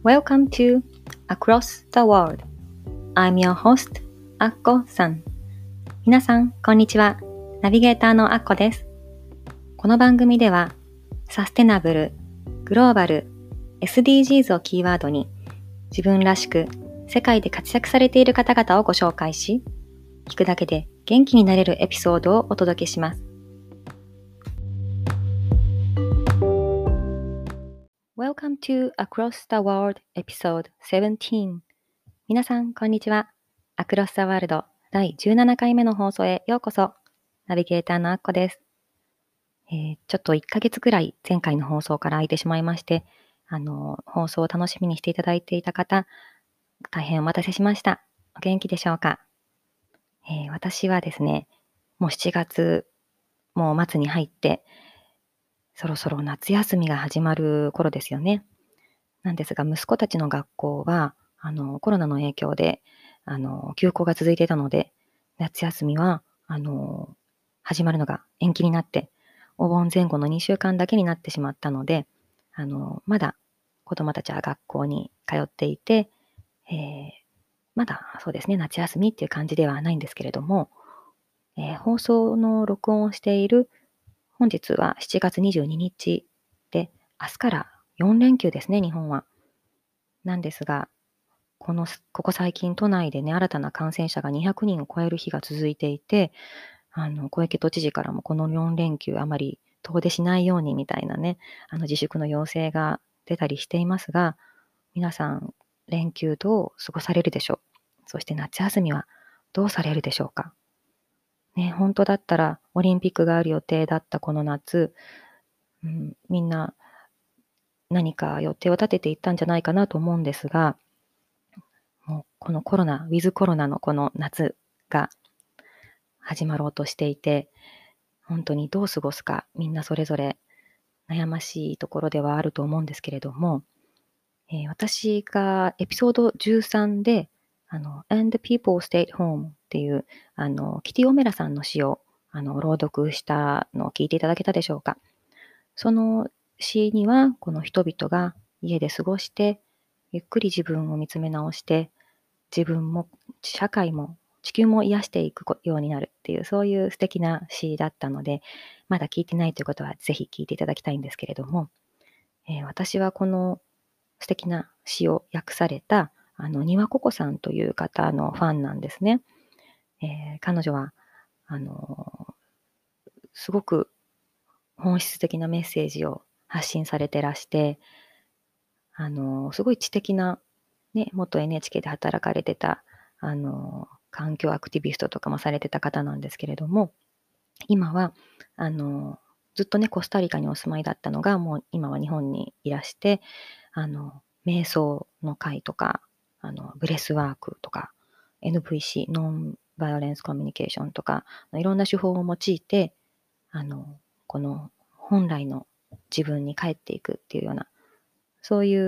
Welcome to Across the World. I'm your host, アッコさん。皆さん、こんにちは。ナビゲーターのアッコです。この番組では、サステナブル、グローバル、SDGs をキーワードに、自分らしく世界で活躍されている方々をご紹介し、聞くだけで元気になれるエピソードをお届けします。Welcome to Across the World Episode 17. 皆さん、こんにちは。Across the World 第17回目の放送へようこそ。ナビゲーターのアッコです。ちょっと1ヶ月くらい前回の放送から空いてしまいまして、放送を楽しみにしていただいていた方、大変お待たせしました。お元気でしょうか。私はですね、もう7月もう末に入って、そろそろ夏休みが始まる頃ですよね。なんですが、息子たちの学校は、コロナの影響で、休校が続いていたので、夏休みは、始まるのが延期になって、お盆前後の2週間だけになってしまったので、まだ子供たちは学校に通っていて、まだそうですね、夏休みっていう感じではないんですけれども、放送の録音をしている本日は7月22日で、明日から4連休ですね、日本は。なんですが、ここ最近都内でね、新たな感染者が200人を超える日が続いていて、小池都知事からもこの4連休あまり遠出しないようにみたいなね、自粛の要請が出たりしていますが、皆さん連休どう過ごされるでしょう。そして夏休みはどうされるでしょうか。ね、本当だったらオリンピックがある予定だったこの夏、みんな何か予定を立てていったんじゃないかなと思うんですが、もうこのコロナ、ウィズコロナのこの夏が始まろうとしていて、本当にどう過ごすか、みんなそれぞれ悩ましいところではあると思うんですけれども、私がエピソード13で、And People Stayed Home っていう、キティ・オメラさんの詩を、朗読したのを聞いていただけたでしょうか。その詩には、この人々が家で過ごして、ゆっくり自分を見つめ直して、自分も社会も地球も癒していくようになるっていう、そういう素敵な詩だったので、まだ聞いてないということはぜひ聞いていただきたいんですけれども、私はこの素敵な詩を訳された丹羽ココさんという方のファンなんですね。彼女はすごく本質的なメッセージを発信されてらして、すごい知的な、ね、元 NHK で働かれてた、環境アクティビストとかもされてた方なんですけれども、今は、ずっとね、コスタリカにお住まいだったのが、もう今は日本にいらして、瞑想の会とか、ブレスワークとか、NVC、ノンバイオレンスコミュニケーションとか、いろんな手法を用いて、この本来の自分に帰っていくっていうような、そういう、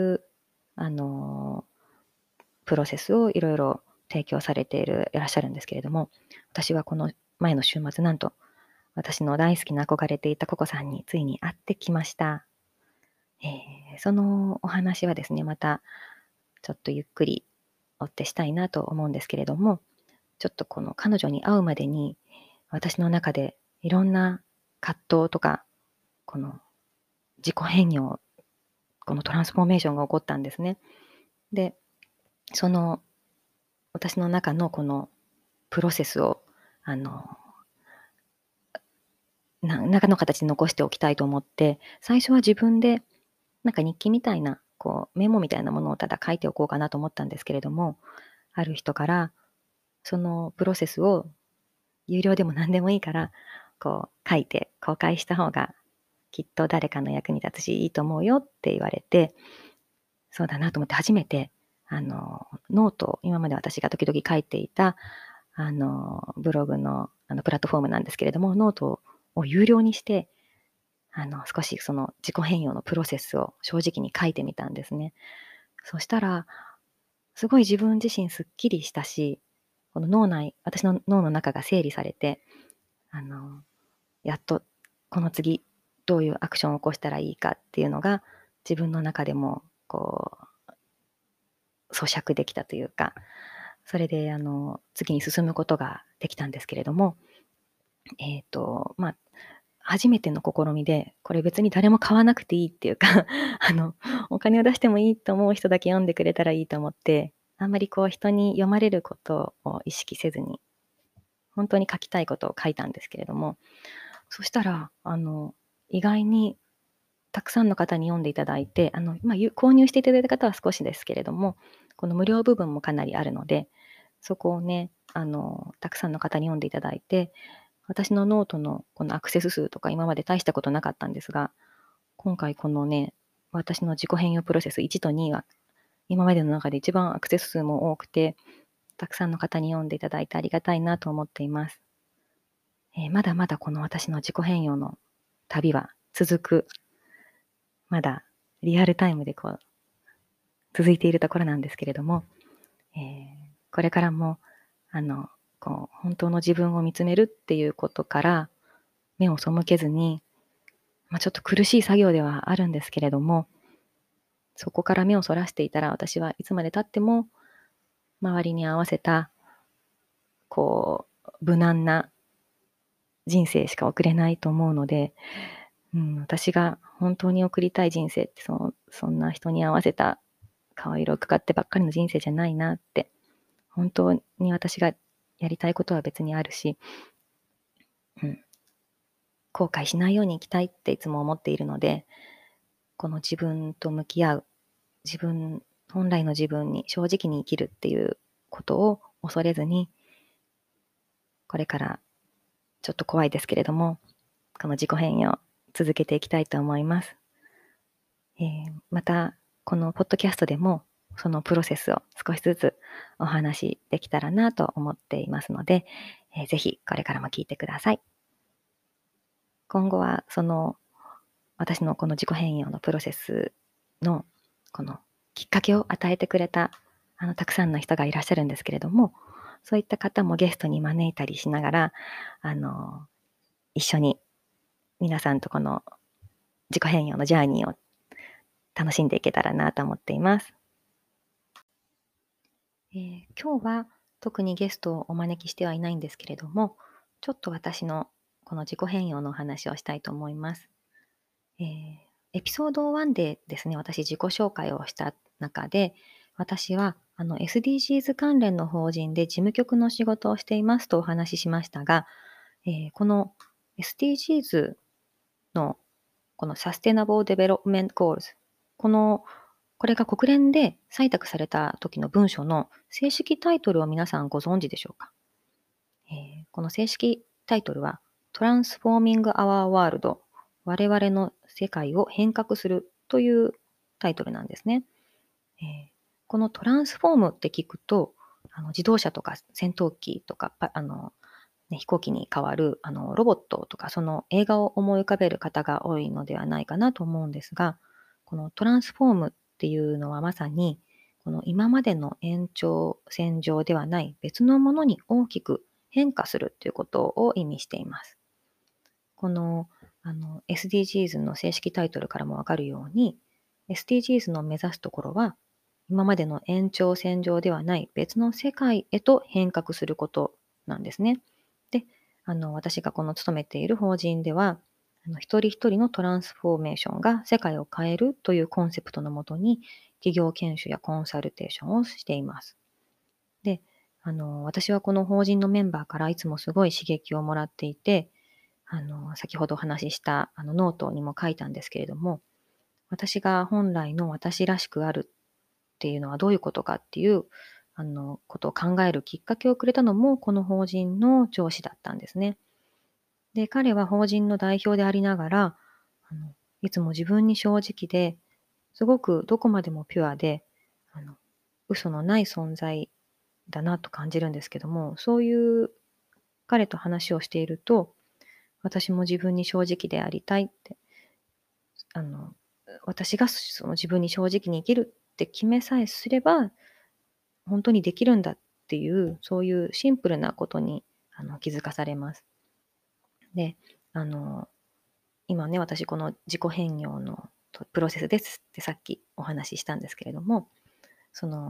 プロセスをいろいろ提供されていらっしゃるんですけれども、私はこの前の週末、なんと、私の大好きな憧れていたココさんについに会ってきました。そのお話はですね、またちょっとゆっくり追ってしたいなと思うんですけれども、ちょっとこの彼女に会うまでに、私の中でいろんな葛藤とか、この自己変容、このトランスフォーメーションが起こったんですね。で、その私の中のこのプロセスを、何らかの形で残しておきたいと思って、最初は自分でなんか日記みたいな、こうメモみたいなものをただ書いておこうかなと思ったんですけれども、ある人から、そのプロセスを有料でも何でもいいから、こう書いて公開した方がきっと誰かの役に立つしいいと思うよって言われて、そうだなと思って初めて、ノート、今まで私が時々書いていた、ブログの、プラットフォームなんですけれども、ノートを有料にして、少しその自己変容のプロセスを正直に書いてみたんですね。そしたら、すごい自分自身すっきりしたし、この私の脳の中が整理されて、やっとこの次どういうアクションを起こしたらいいかっていうのが自分の中でもこう咀嚼できたというか、それで次に進むことができたんですけれども、まあ、初めての試みで、これ別に誰も買わなくていいっていうかお金を出してもいいと思う人だけ読んでくれたらいいと思って、あんまりこう人に読まれることを意識せずに、本当に書きたいことを書いたんですけれども、そしたら、意外にたくさんの方に読んでいただいて、購入していただいた方は少しですけれども、この無料部分もかなりあるので、そこをね、たくさんの方に読んでいただいて、私のノートのこのアクセス数とか今まで大したことなかったんですが、今回このね、私の自己変容プロセス1と2は、今までの中で一番アクセス数も多くて、たくさんの方に読んでいただいてありがたいなと思っています。まだまだこの私の自己変容の旅は続く。まだリアルタイムで続いているところなんですけれども、これからも本当の自分を見つめるっていうことから目を背けずに、ちょっと苦しい作業ではあるんですけれども、そこから目をそらしていたら、私はいつまで経っても周りに合わせた無難な人生しか送れないと思うので、私が本当に送りたい人生ってそんな人に合わせた顔色をかかってばっかりの人生じゃないなって、本当に私がやりたいことは別にあるし、後悔しないように生きたいっていつも思っているので、この自分と向き合う、本来の自分に正直に生きるっていうことを恐れずに、これからちょっと怖いですけれども、この自己変容続けていきたいと思います。また、このポッドキャストでも、そのプロセスを少しずつお話できたらなと思っていますので、ぜひこれからも聞いてください。今後は私のこの自己変容のプロセスのこのきっかけを与えてくれたたくさんの人がいらっしゃるんですけれども、そういった方もゲストに招いたりしながら、一緒に皆さんとこの自己変容のジャーニーを楽しんでいけたらなと思っています。今日は特にゲストをお招きしてはいないんですけれども、ちょっと私のこの自己変容のお話をしたいと思います。エピソード1でですね、私自己紹介をした中で、私はSDGs 関連の法人で事務局の仕事をしていますとお話ししましたが、この SDGs のこのサステナブルデベロップメントゴールズ、これが国連で採択された時の文書の正式タイトルを皆さんご存知でしょうか。この正式タイトルは Transforming Our World、 我々の世界を変革するというタイトルなんですね。このトランスフォームって聞くと、自動車とか戦闘機とか飛行機に代わるロボットとかその映画を思い浮かべる方が多いのではないかなと思うんですが、このトランスフォームっていうのはまさにこの今までの延長線上ではない別のものに大きく変化するということを意味しています。このSDGs の正式タイトルからもわかるように、SDGs の目指すところは今までの延長線上ではない別の世界へと変革することなんですね。で、私が勤めている法人では、一人一人のトランスフォーメーションが世界を変えるというコンセプトのもとに、企業研修やコンサルテーションをしています。で、私はこの法人のメンバーからいつもすごい刺激をもらっていて、先ほどお話ししたノートにも書いたんですけれども、私が本来の私らしくあるっていうのはどういうことかっていうことを考えるきっかけをくれたのもこの法人の上司だったんですね。で、彼は法人の代表でありながら、いつも自分に正直で、すごくどこまでもピュアで、嘘のない存在だなと感じるんですけども、そういう彼と話をしていると、私も自分に正直でありたいって、あの、私がその自分に正直に生きるって決めさえすれば、本当にできるんだっていう、そういうシンプルなことに気づかされます。で、今ね、私この自己変容のプロセスですってさっきお話ししたんですけれども、その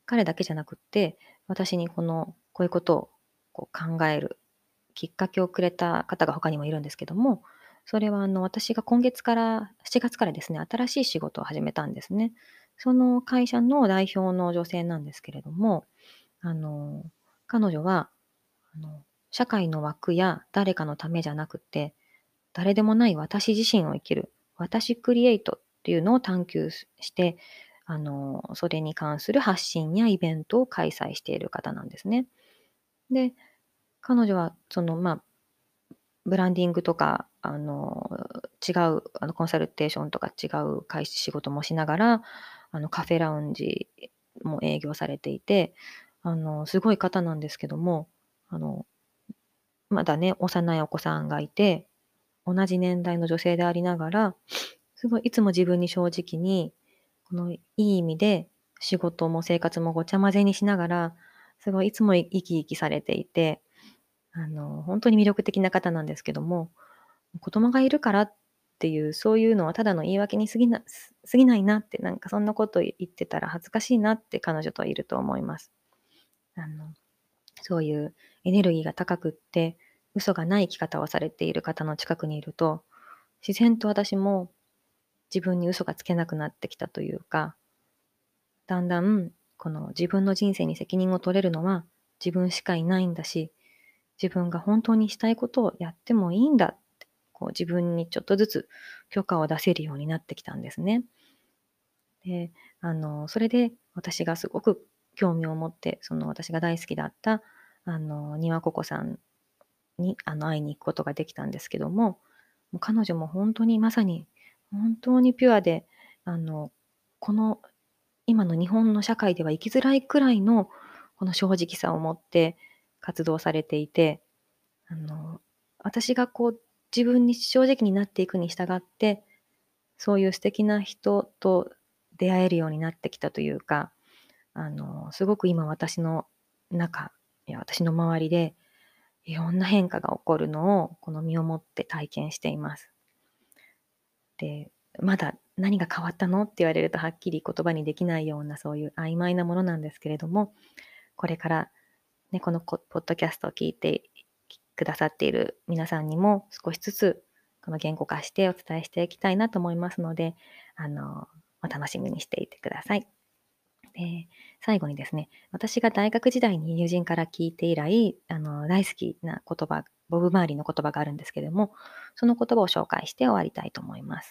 彼だけじゃなくって、私にこういうことを考えるきっかけをくれた方が他にもいるんですけども、それは私が7月からですね、新しい仕事を始めたんですね。その会社の代表の女性なんですけれども、あの、彼女は、社会の枠や誰かのためじゃなくて、誰でもない私自身を生きる、私クリエイトっていうのを探求して、それに関する発信やイベントを開催している方なんですね。で、彼女は、ブランディングとか、違う、コンサルテーションとか違う仕事もしながら、カフェラウンジも営業されていて、すごい方なんですけども、あの、まだね、幼いお子さんがいて、同じ年代の女性でありながら、すごいいつも自分に正直に、いい意味で仕事も生活もごちゃ混ぜにしながら、すごいいつも生き生きされていて、本当に魅力的な方なんですけども、子供がいるからっていう、そういうのはただの言い訳に過ぎないなって、なんかそんなこと言ってたら恥ずかしいなって彼女といると思います。あの、そういうエネルギーが高くって、嘘がない生き方をされている方の近くにいると、自然と私も自分に嘘がつけなくなってきたというか、だんだんこの自分の人生に責任を取れるのは自分しかいないんだし、自分が本当にしたいことをやってもいいんだって、自分にちょっとずつ許可を出せるようになってきたんですね。で、それで私がすごく興味を持って、その私が大好きだった、丹羽ココさんに、会いに行くことができたんですけども、もう彼女も本当にまさに、本当にピュアで、この今の日本の社会では生きづらいくらいのこの正直さを持って活動されていて、私が自分に正直になっていくに従って、そういう素敵な人と出会えるようになってきたというか、すごく今私の中や私の周りでいろんな変化が起こるのをこの身をもって体験しています。で、まだ何が変わったのって言われるとはっきり言葉にできないようなそういう曖昧なものなんですけれども、これからね、このポッドキャストを聞いてくださっている皆さんにも少しずつこの言語化してお伝えしていきたいなと思いますので、お楽しみにしていてください。で、最後にですね、私が大学時代に友人から聞いて以来、大好きな言葉、ボブ・マーリーの言葉があるんですけれども、その言葉を紹介して終わりたいと思います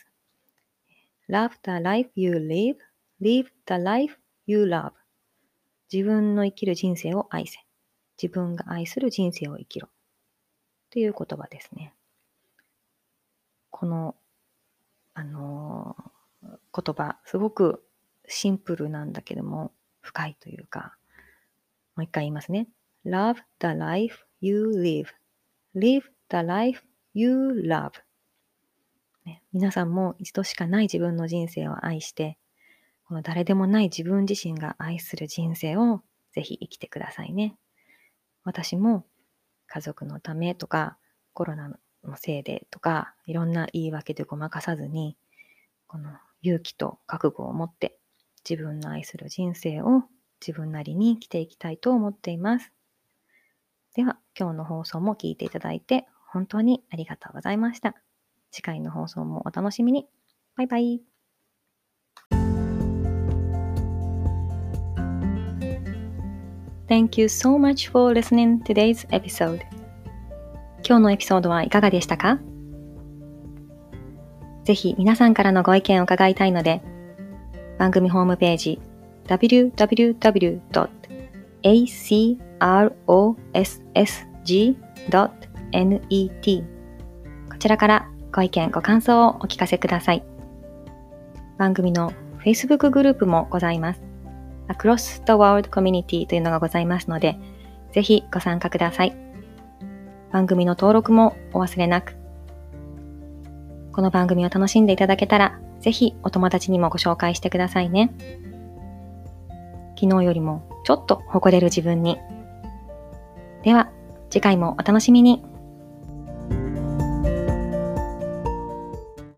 。Love the life you live, live the life you love. 自分の生きる人生を愛せ。自分が愛する人生を生きろ。という言葉ですね。この、言葉、すごくシンプルなんだけども、深いというか、もう一回言いますね。Love the life you live. Live the life you love. ね、皆さんも一度しかない自分の人生を愛して、この誰でもない自分自身が愛する人生をぜひ生きてくださいね。私も家族のためとか、コロナのせいでとか、いろんな言い訳でごまかさずに、この勇気と覚悟を持って自分の愛する人生を自分なりに生きていきたいと思っています。では、今日の放送も聞いていただいて本当にありがとうございました。次回の放送もお楽しみに。バイバイ。Thank you so much for listening today's episode. 今日のエピソードはいかがでしたか？ぜひ皆さんからのご意見を伺いたいので、番組ホームページ www.acrossg.net こちらからご意見ご感想をお聞かせください。番組の Facebook グループもございます。Across the World Community というのがございますので、ぜひご参加ください。番組の登録もお忘れなく。この番組を楽しんでいただけたら、ぜひお友達にもご紹介してくださいね。昨日よりもちょっと誇れる自分に。では、次回もお楽しみに。